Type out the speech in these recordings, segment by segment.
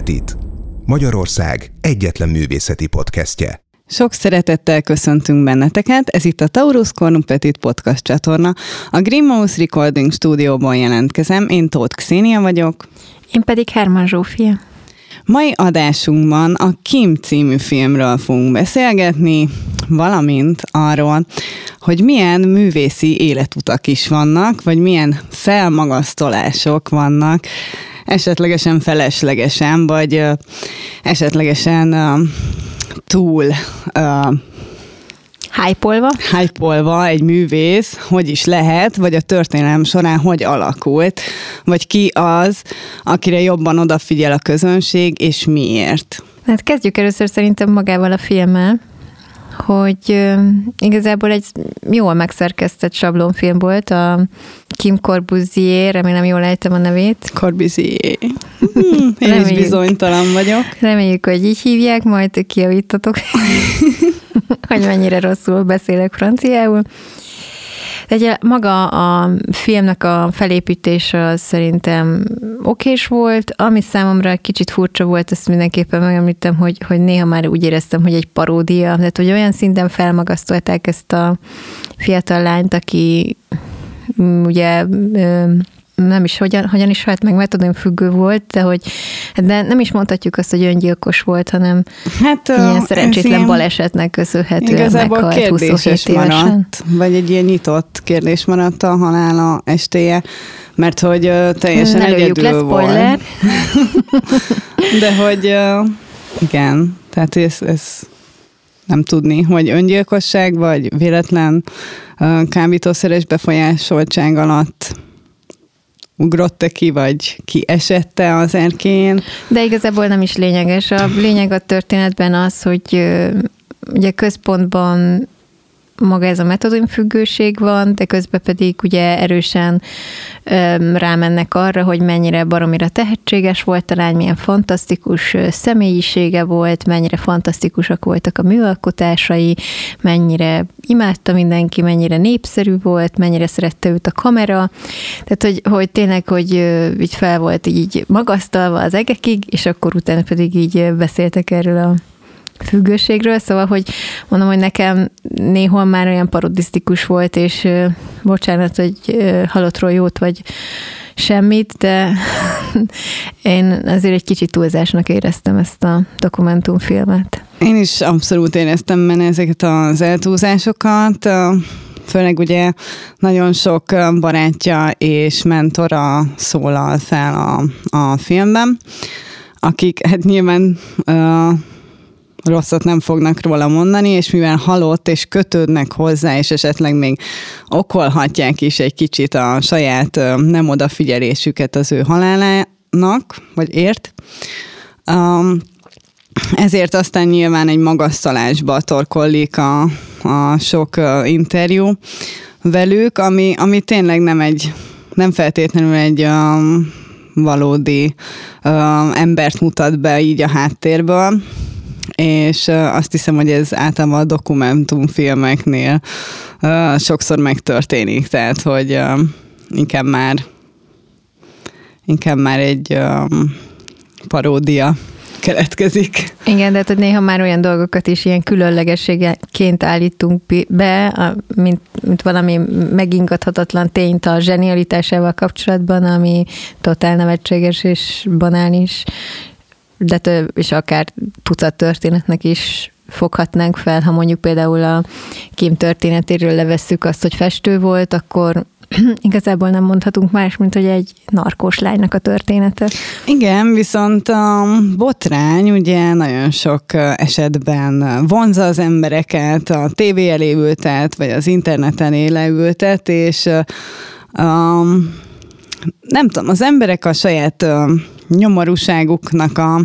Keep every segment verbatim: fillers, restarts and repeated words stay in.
Petit, Magyarország egyetlen művészeti podcastje. Sok szeretettel köszöntünk benneteket, ez itt a Taurus Cornu Petit podcast csatorna. A Green Mouse Recording stúdióban jelentkezem, én Tóth Xenia vagyok. Én pedig Herman Zsófia. Mai adásunkban a Kim című filmről fogunk beszélgetni, valamint arról, hogy milyen művészi életutak is vannak, vagy milyen felmagasztolások vannak, esetlegesen feleslegesen, vagy uh, esetlegesen uh, túl uh, hype-olva. hype-olva egy művész, hogy is lehet, vagy a történelem során hogy alakult, vagy ki az, akire jobban odafigyel a közönség, és miért. Hát kezdjük először szerintem magával a filmmel, hogy uh, igazából egy jól megszerkesztett sablonfilm volt, a Kim Corbusier, remélem jól ejtem a nevét. Corbusier. Hmm, én reméljük, is bizonytalan vagyok. Reméljük, hogy így hívják, majd kijavítatok, hogy mennyire rosszul beszélek franciául. De ugye maga a filmnek a felépítése az szerintem okés volt. Ami számomra kicsit furcsa volt, ezt mindenképpen megemlítem, hogy, hogy néha már úgy éreztem, hogy egy paródia. Tehát, hogy olyan szinten felmagasztolták ezt a fiatal lányt, aki ugye nem is, hogyan, hogyan is halt meg, mert tudom, függő volt, de hogy de nem is mondhatjuk azt, hogy öngyilkos volt, hanem hát, ilyen szerencsétlen ilyen balesetnek köszönhetően meghalt huszonhét évesen. Maradt, vagy egy ilyen nyitott kérdés maradt a halála estéje, mert hogy uh, teljesen ne egyedül le, volt. De hogy uh, igen, tehát ez, ez nem tudni, hogy öngyilkosság, vagy véletlen uh, kábítószeres befolyásoltság alatt ugrott-e ki, vagy ki esette az erkélyen. De igazából nem is lényeges. A lényeg a történetben az, hogy ugye központban maga ez a metodonfüggőség van, de közben pedig ugye erősen öm, rámennek arra, hogy mennyire baromira tehetséges volt a lány, milyen fantasztikus személyisége volt, mennyire fantasztikusak voltak a műalkotásai, mennyire imádta mindenki, mennyire népszerű volt, mennyire szerette őt a kamera. Tehát, hogy, hogy tényleg, hogy így fel volt így magasztalva az egekig, és akkor utána pedig így beszéltek erről a függőségről, szóval, hogy mondom, hogy nekem néhol már olyan parodisztikus volt, és uh, bocsánat, hogy uh, halottról jót vagy semmit, de én azért egy kicsit túlzásnak éreztem ezt a dokumentumfilmet. Én is abszolút éreztem benne ezeket az eltúlzásokat, főleg ugye nagyon sok barátja és mentora szólal fel a, a filmben, akik hát nyilván uh, rosszat nem fognak róla mondani, és mivel halott, és kötődnek hozzá, és esetleg még okolhatják is egy kicsit a saját nem odafigyelésüket az ő halálának, vagy ért. Ezért aztán nyilván egy magasztalásba torkollik a, a sok interjú velük, ami, ami tényleg nem egy, nem feltétlenül egy um, valódi um, embert mutat be így a háttérből, és azt hiszem, hogy ez általában a dokumentumfilmeknél uh, sokszor megtörténik, tehát, hogy uh, inkább már inkább már egy um, paródia keletkezik. Igen, de hogy néha már olyan dolgokat is ilyen különlegességként állítunk be, mint, mint valami megingathatatlan tényt a zsenialitásával kapcsolatban, ami totál nevetséges és banális, de több, és akár tucat történetnek is foghatnánk fel. Ha mondjuk például a Kim történetéről levesszük azt, hogy festő volt, akkor igazából nem mondhatunk más, mint hogy egy narkós lánynak a története. Igen, viszont a botrány ugye nagyon sok esetben vonzza az embereket, a tévé elé ültet, vagy az interneten elé leültet, és um, nem tudom, az emberek a saját um, nyomorúságuknak a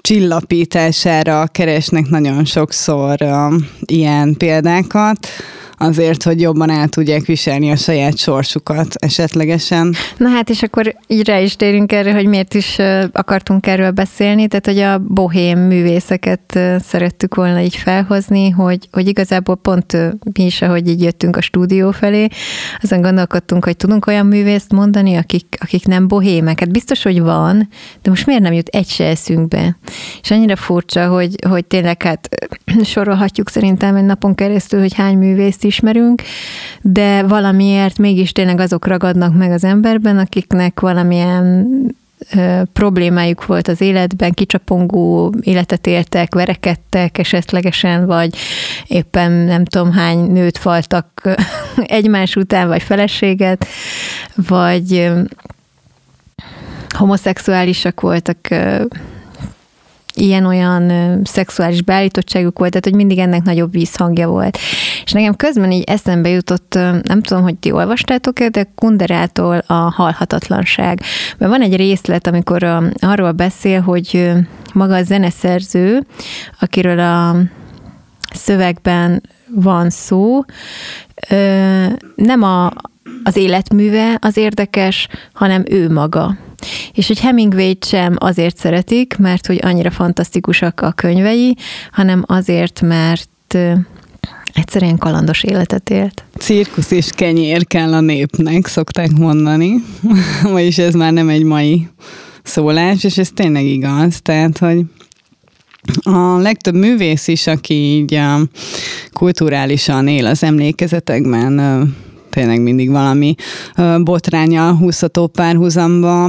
csillapítására keresnek nagyon sokszor um, ilyen példákat, azért, hogy jobban el tudják viselni a saját sorsukat esetlegesen. Na hát, és akkor így rá is térünk erre, hogy miért is akartunk erről beszélni, tehát hogy a bohém művészeket szerettük volna így felhozni, hogy, hogy igazából pont mi is, ahogy így jöttünk a stúdió felé, azon gondolkodtunk, hogy tudunk olyan művészt mondani, akik, akik nem bohémek. Hát biztos, hogy van, de most miért nem jut egy se eszünkbe? És annyira furcsa, hogy, hogy tényleg hát sorolhatjuk szerintem egy napon keresztül, hogy hány művészt ismerünk, de valamiért mégis tényleg azok ragadnak meg az emberben, akiknek valamilyen ö, problémájuk volt az életben, kicsapongó életet éltek, verekedtek esetlegesen, vagy éppen nem tudom hány nőt faltak egymás után, vagy feleséget, vagy ö, homoszexuálisak voltak, ö, ilyen-olyan ö, szexuális beállítottságuk volt, tehát hogy mindig ennek nagyobb vízhangja volt. És nekem közben így eszembe jutott, nem tudom, hogy ti olvastátok-e, de Kunderától a Halhatatlanság. Mert van egy részlet, amikor a, arról beszél, hogy maga a zeneszerző, akiről a szövegben van szó, nem a, az életműve az érdekes, hanem ő maga. És hogy Hemingway-t sem azért szeretik, mert hogy annyira fantasztikusak a könyvei, hanem azért, mert egyszerűen kalandos életet élt. Cirkusz és kenyér kell a népnek, szokták mondani. Vagyis ez már nem egy mai szólás, és ez tényleg igaz. Tehát, hogy a legtöbb művész is, aki így kulturálisan él az emlékezetekben, tényleg mindig valami botránnyal húzható párhuzamba.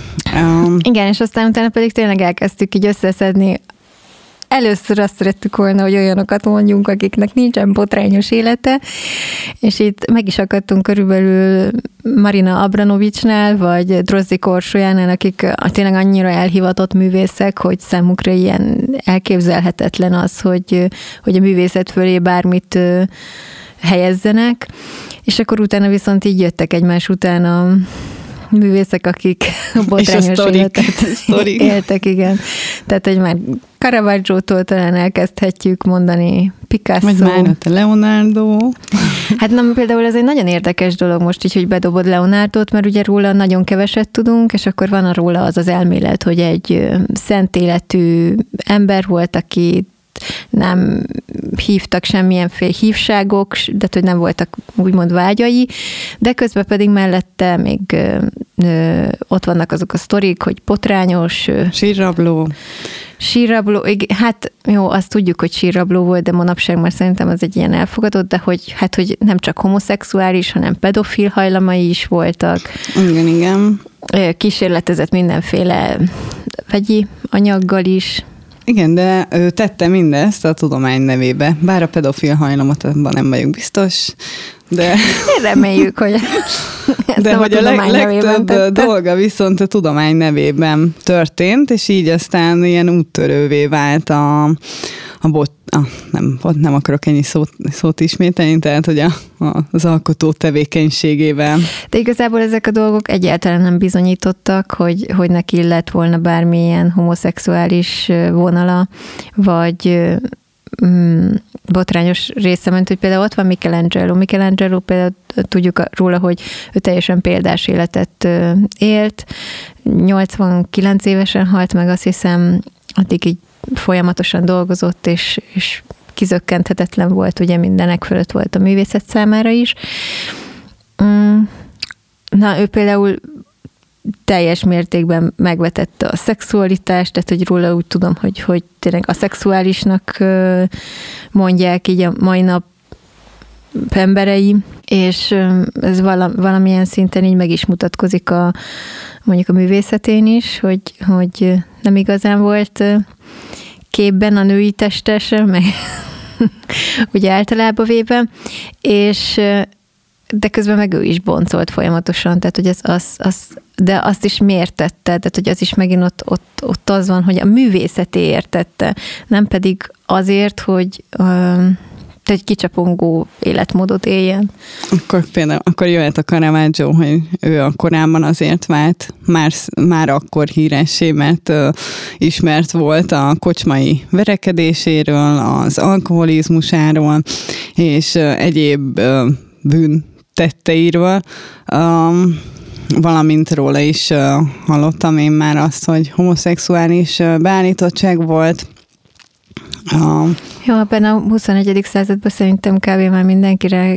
Igen, és aztán utána pedig tényleg elkezdtük így összeszedni. Először azt szerettük volna, hogy olyanokat mondjunk, akiknek nincsen botrányos élete, és itt meg is akadtunk körülbelül Marina Abramovicsnál, vagy Drozdi Korsolyánál, akik tényleg annyira elhivatott művészek, hogy számukra ilyen elképzelhetetlen az, hogy, hogy a művészet fölé bármit helyezzenek, és akkor utána viszont így jöttek egymás után a művészek, akik botrányos életet éltek, igen. Tehát, hogy már Caravaggio-tól talán elkezdhetjük mondani, Picasso. Vagy már a Leonardo. Hát nem, például ez egy nagyon érdekes dolog most így, hogy bedobod Leonardot, mert ugye róla nagyon keveset tudunk, és akkor van róla az az elmélet, hogy egy szent életű ember volt, aki nem hívtak semmilyenféle hívságok, de hogy nem voltak úgymond vágyai, de közben pedig mellette még ö, ö, ott vannak azok a sztorik, hogy botrányos. Sírrabló. Sírrabló, hát jó, azt tudjuk, hogy sírrabló volt, de manapság már szerintem az egy ilyen elfogadott, de hogy, hát, hogy nem csak homoszexuális, hanem pedofil hajlamai is voltak. Igen, igen. Kísérletezett mindenféle vegyi anyaggal is. Igen, de ő tette mindezt a tudomány nevébe. Bár a pedofil hajlamot abban nem vagyok biztos, de... Reméljük, hogy ezt de nem hogy a, a leg, legtöbb dolga viszont a tudomány nevében történt, és így aztán ilyen úttörővé vált a, a bot, ah, nem, nem akarok ennyi szót, szót ismételni, tehát hogy a, a, az alkotó tevékenységével. De igazából ezek a dolgok egyáltalán nem bizonyítottak, hogy, hogy neki lett volna bármilyen homoszexuális vonala, vagy mm, botrányos része, mert hogy például ott van Michelangelo. Michelangelo például tudjuk róla, hogy ő teljesen példás életet élt. nyolcvankilenc évesen halt meg, azt hiszem, addig így folyamatosan dolgozott, és, és kizökkenthetetlen volt, ugye mindenek fölött volt a művészet számára is. Na, ő például teljes mértékben megvetette a szexualitást, tehát hogy róla úgy tudom, hogy, hogy tényleg a szexuálisnak mondják így a mai nap emberei, és ez valamilyen szinten így meg is mutatkozik a, mondjuk a művészetén is, hogy, hogy nem igazán volt képben a női testese, meg ugye általában véve, és de közben meg ő is boncolt folyamatosan, tehát hogy ez az, az, de azt is miért tette, tehát hogy az is megint ott, ott, ott az van, hogy a művészetéért tette, nem pedig azért, hogy egy kicsapongó életmódot éljen. Akkor például akkor jöhet a Caravaggio, hogy ő a korábban azért vált már, már akkor híressé, mert uh, ismert volt a kocsmai verekedéséről, az alkoholizmusáról, és uh, egyéb uh, bűntetteiről. Um, valamint róla is uh, hallottam én már azt, hogy homoszexuális uh, beállítottság volt. Uh, Jó, ebben a huszonegyedik században szerintem kb. Már mindenkire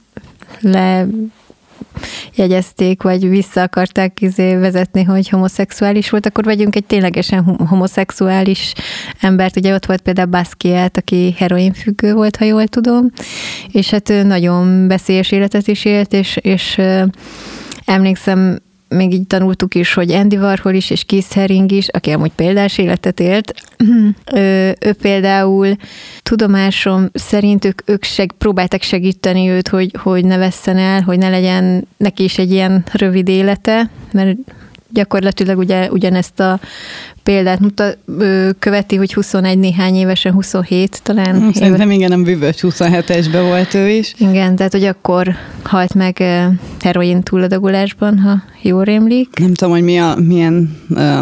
lejegyezték, vagy vissza akarták izé vezetni, hogy homoszexuális volt, akkor vegyünk egy ténylegesen homoszexuális embert. Ugye ott volt például Basquiat, aki heroinfüggő volt, ha jól tudom, és hát nagyon veszélyes életet is élt, és, és emlékszem, még így tanultuk is, hogy Andy Warhol is, és Keith Haring is, aki amúgy példás életet élt, ő, ő például tudomásom szerint ők, ők seg, próbáltak segíteni őt, hogy, hogy ne vesszen el, hogy ne legyen neki is egy ilyen rövid élete, mert gyakorlatilag ugye, ugyanezt a példát mutat, követi, hogy huszonegy néhány évesen, huszonhét talán. Szerintem igen, nem bűvös huszonhetesben volt ő is. Igen, tehát hogy akkor halt meg heroin túladagolásban, ha jól rémlik. Nem tudom, hogy mi a, milyen uh,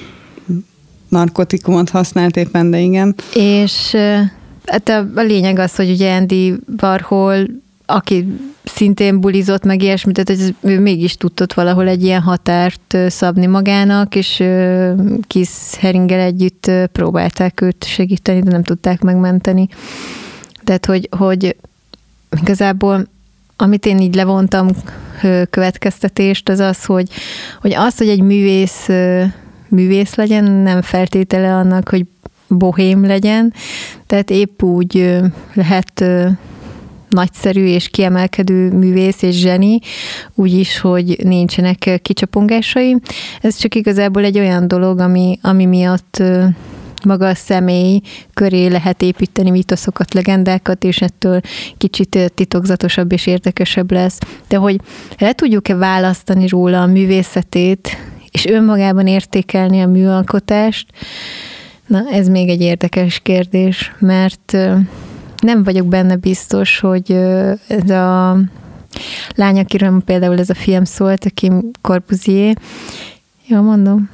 narkotikumot használt éppen, de igen. És uh, hát a, a lényeg az, hogy ugye Andy Warhol, aki szintén bulizott meg ilyesmit, tehát ez, ő mégis tudtott valahol egy ilyen határt szabni magának, és Keith Haringgel együtt próbálták őt segíteni, de nem tudták megmenteni. Tehát, hogy, hogy igazából amit én így levontam következtetést, az az, hogy, hogy az, hogy egy művész művész legyen, nem feltétele annak, hogy bohém legyen, tehát épp úgy lehet nagyszerű és kiemelkedő művész és zseni, úgyis, hogy nincsenek kicsapongásai. Ez csak igazából egy olyan dolog, ami, ami miatt maga a személy köré lehet építeni mitoszokat, legendákat, és ettől kicsit titokzatosabb és érdekesebb lesz. De hogy le tudjuk-e választani róla a művészetét, és önmagában értékelni a műalkotást, na ez még egy érdekes kérdés, mert nem vagyok benne biztos, hogy ez a lány, akiről például ez a film szólt, a Kim Corbusier, jól mondom?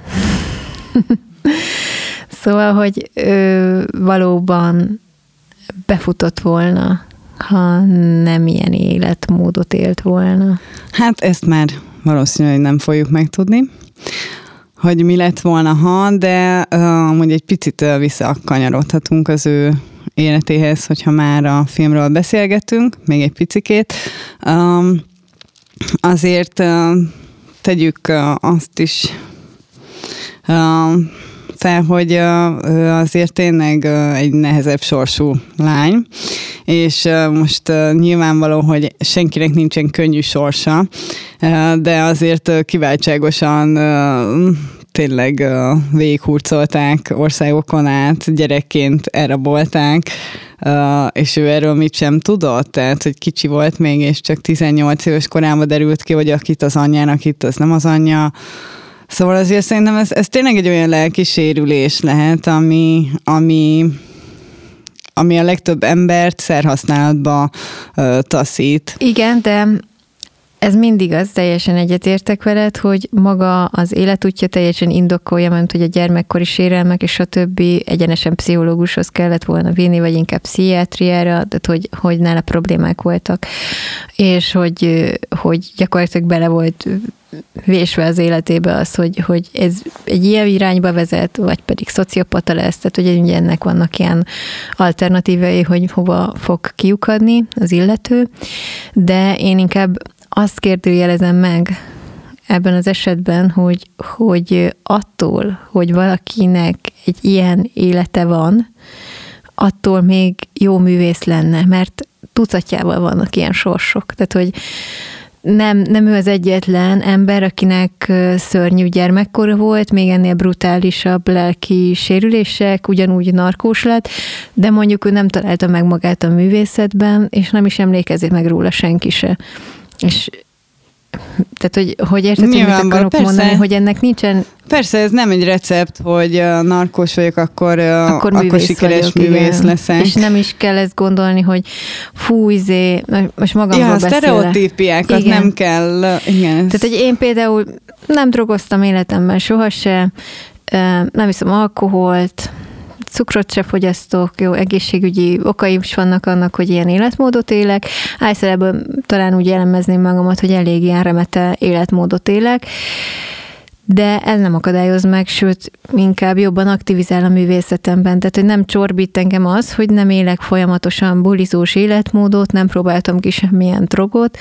Szóval, hogy ő valóban befutott volna, ha nem ilyen életmódot élt volna. Hát ezt már valószínűleg nem fogjuk megtudni, hogy mi lett volna, ha, de amúgy uh, egy picit uh, visszakanyarodhatunk az ő életéhez, hogyha már a filmről beszélgetünk, még egy picikét. Um, azért uh, tegyük uh, azt is uh, fel, hogy uh, azért tényleg uh, egy nehezebb sorsú lány, és uh, most uh, nyilvánvaló, hogy senkinek nincsen könnyű sorsa, uh, de azért uh, kiváltságosan uh, tényleg uh, végighurcolták országokon át, gyerekként elrabolták, uh, és ő erről mit sem tudott, tehát, hogy kicsi volt még, és csak tizennyolc éves korában derült ki, hogy akit az anyjának, itt az nem az anyja. Szóval azért szerintem ez, ez tényleg egy olyan lelki sérülés lehet, ami, ami, ami a legtöbb embert szerhasználatba uh, taszít. Igen, de ez mindig az, teljesen egyetértek veled, hogy maga az életútja teljesen indokolja, mert hogy a gyermekkori sérelmek és a többi egyenesen pszichológushoz kellett volna vinni, vagy inkább pszichiátriára, de hogy, hogy nála problémák voltak, és hogy, hogy gyakorlatilag bele volt vésve az életébe az, hogy, hogy ez egy ilyen irányba vezet, vagy pedig szociopata lesz, tehát hogy ugye ennek vannak ilyen alternatívei, hogy hova fog kiukadni az illető, de én inkább azt kérdőjelezem meg ebben az esetben, hogy, hogy attól, hogy valakinek egy ilyen élete van, attól még jó művész lenne, mert tucatjával vannak ilyen sorsok. Tehát, hogy nem, nem ő az egyetlen ember, akinek szörnyű gyermekkora volt, még ennél brutálisabb lelki sérülések, ugyanúgy narkós lett, de mondjuk ő nem találta meg magát a művészetben, és nem is emlékezik meg róla senki se. És Tehát, hogy, hogy érted, hogy mit akarok persze. mondani, hogy ennek nincsen... Persze, ez nem egy recept, hogy uh, narkós vagyok, akkor, uh, akkor, akkor sikeres vagyok, művész igen. leszek. És nem is kell ezt gondolni, hogy fú, izé, most magamról ja, beszélek. Ja, a sztereotípiákat igen. nem kell... Igen, Tehát, hogy én például nem drogoztam életemben sohasem, nem iszom alkoholt, cukrot se fogyasztok, jó, egészségügyi okaim is vannak annak, hogy ilyen életmódot élek. Általában talán úgy jellemezném magamat, hogy elég ilyen remete életmódot élek, de ez nem akadályoz meg, sőt, inkább jobban aktivizál a művészetemben. Tehát, hogy nem csorbít engem az, hogy nem élek folyamatosan bulizós életmódot, nem próbáltam ki semmilyen drogot,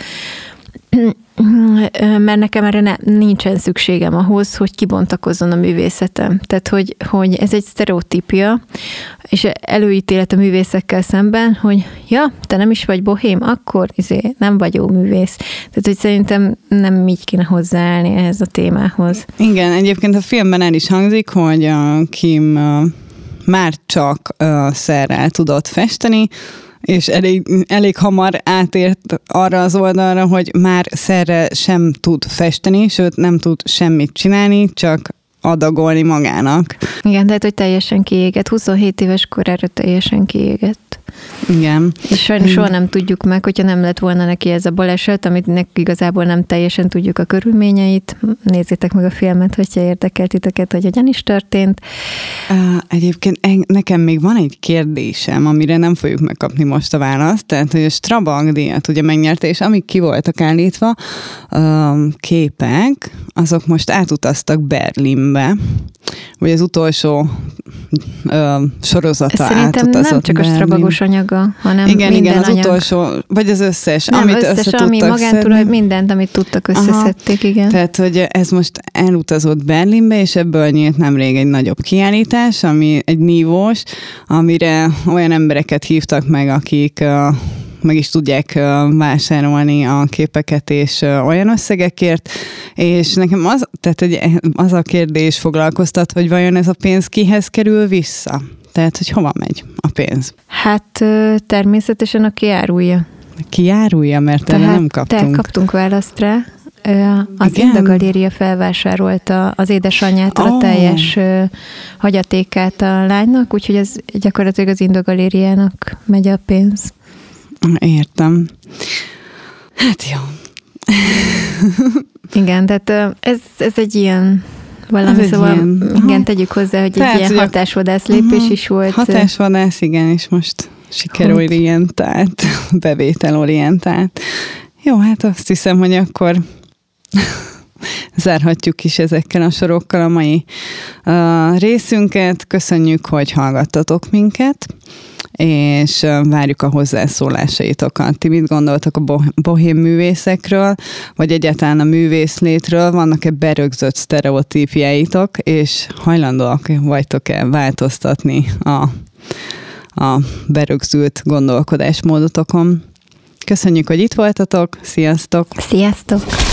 mert nekem erre ne, nincsen szükségem ahhoz, hogy kibontakozzon a művészetem. Tehát, hogy, hogy ez egy sztereotípia, és előítélet a művészekkel szemben, hogy ja, te nem is vagy bohém, akkor izé, nem vagy jó művész. Tehát, hogy szerintem nem így kéne hozzáállni ehhez a témához. Igen, egyébként a filmben el is hangzik, hogy a Kim már csak szerrel tudott festeni, és elég, elég hamar átért arra az oldalra, hogy már szerre sem tud festeni, sőt nem tud semmit csinálni, csak adagolni magának. Igen, de hát, hogy teljesen kiégett. huszonhét éves korára teljesen kiégett. Igen. És sajnos soha nem tudjuk meg, hogyha nem lett volna neki ez a baleset, amit neki igazából nem teljesen tudjuk a körülményeit. Nézzétek meg a filmet, hogyha érdekel titeket, hogy hogyan is történt. Uh, egyébként nekem még van egy kérdésem, amire nem fogjuk megkapni most a választ, tehát, hogy a Strabag díjat ugye megnyerte, és amik ki voltak állítva, uh, képek, azok most átutaztak Berlinbe, vagy az utolsó uh, sorozata Szerintem nem csak Berlin. A Strabagos anyaga, hanem igen, minden igen, az anyag. utolsó, vagy az összes, nem, amit összes, össze ami tudtak magántulajdon, mindent, amit tudtak, összeszedték, igen. Tehát, hogy ez most elutazott Berlinbe, és ebből nyílt nemrég egy nagyobb kiállítás, ami egy nívós, amire olyan embereket hívtak meg, akik uh, meg is tudják vásárolni a képeket, és olyan összegekért, és nekem az, tehát, hogy az a kérdés foglalkoztat, hogy vajon ez a pénz kihez kerül vissza? Tehát, hogy hova megy a pénz? Hát természetesen aki árulja. Ki árulja, mert Tehát erre nem kaptunk. Te kaptunk választ rá. Az Inda Galéria felvásárolta az édesanyjától oh. a teljes hagyatékát a lánynak, úgyhogy ez gyakorlatilag az Inda Galériának megy a pénz. Értem. Hát jó. Igen, tehát ez, ez egy ilyen valami, szóval ilyen, igen, tegyük hozzá, hogy tehát, egy ilyen hatásvadász lépés uh-huh. is volt. Hatásvadász, igen, és most sikerorientált, bevételorientált. Jó, hát azt hiszem, hogy akkor zárhatjuk is ezekkel a sorokkal a mai uh, részünket. Köszönjük, hogy hallgattatok minket, és várjuk a hozzászólásaitokat. Ti mit gondoltak a bohém művészekről, vagy egyáltalán a művészlétről? Vannak-e berögzött sztereotípiáitok, és hajlandóak vagytok-e változtatni a, a berögzült gondolkodásmódotokon? Köszönjük, hogy itt voltatok. Sziasztok! Sziasztok!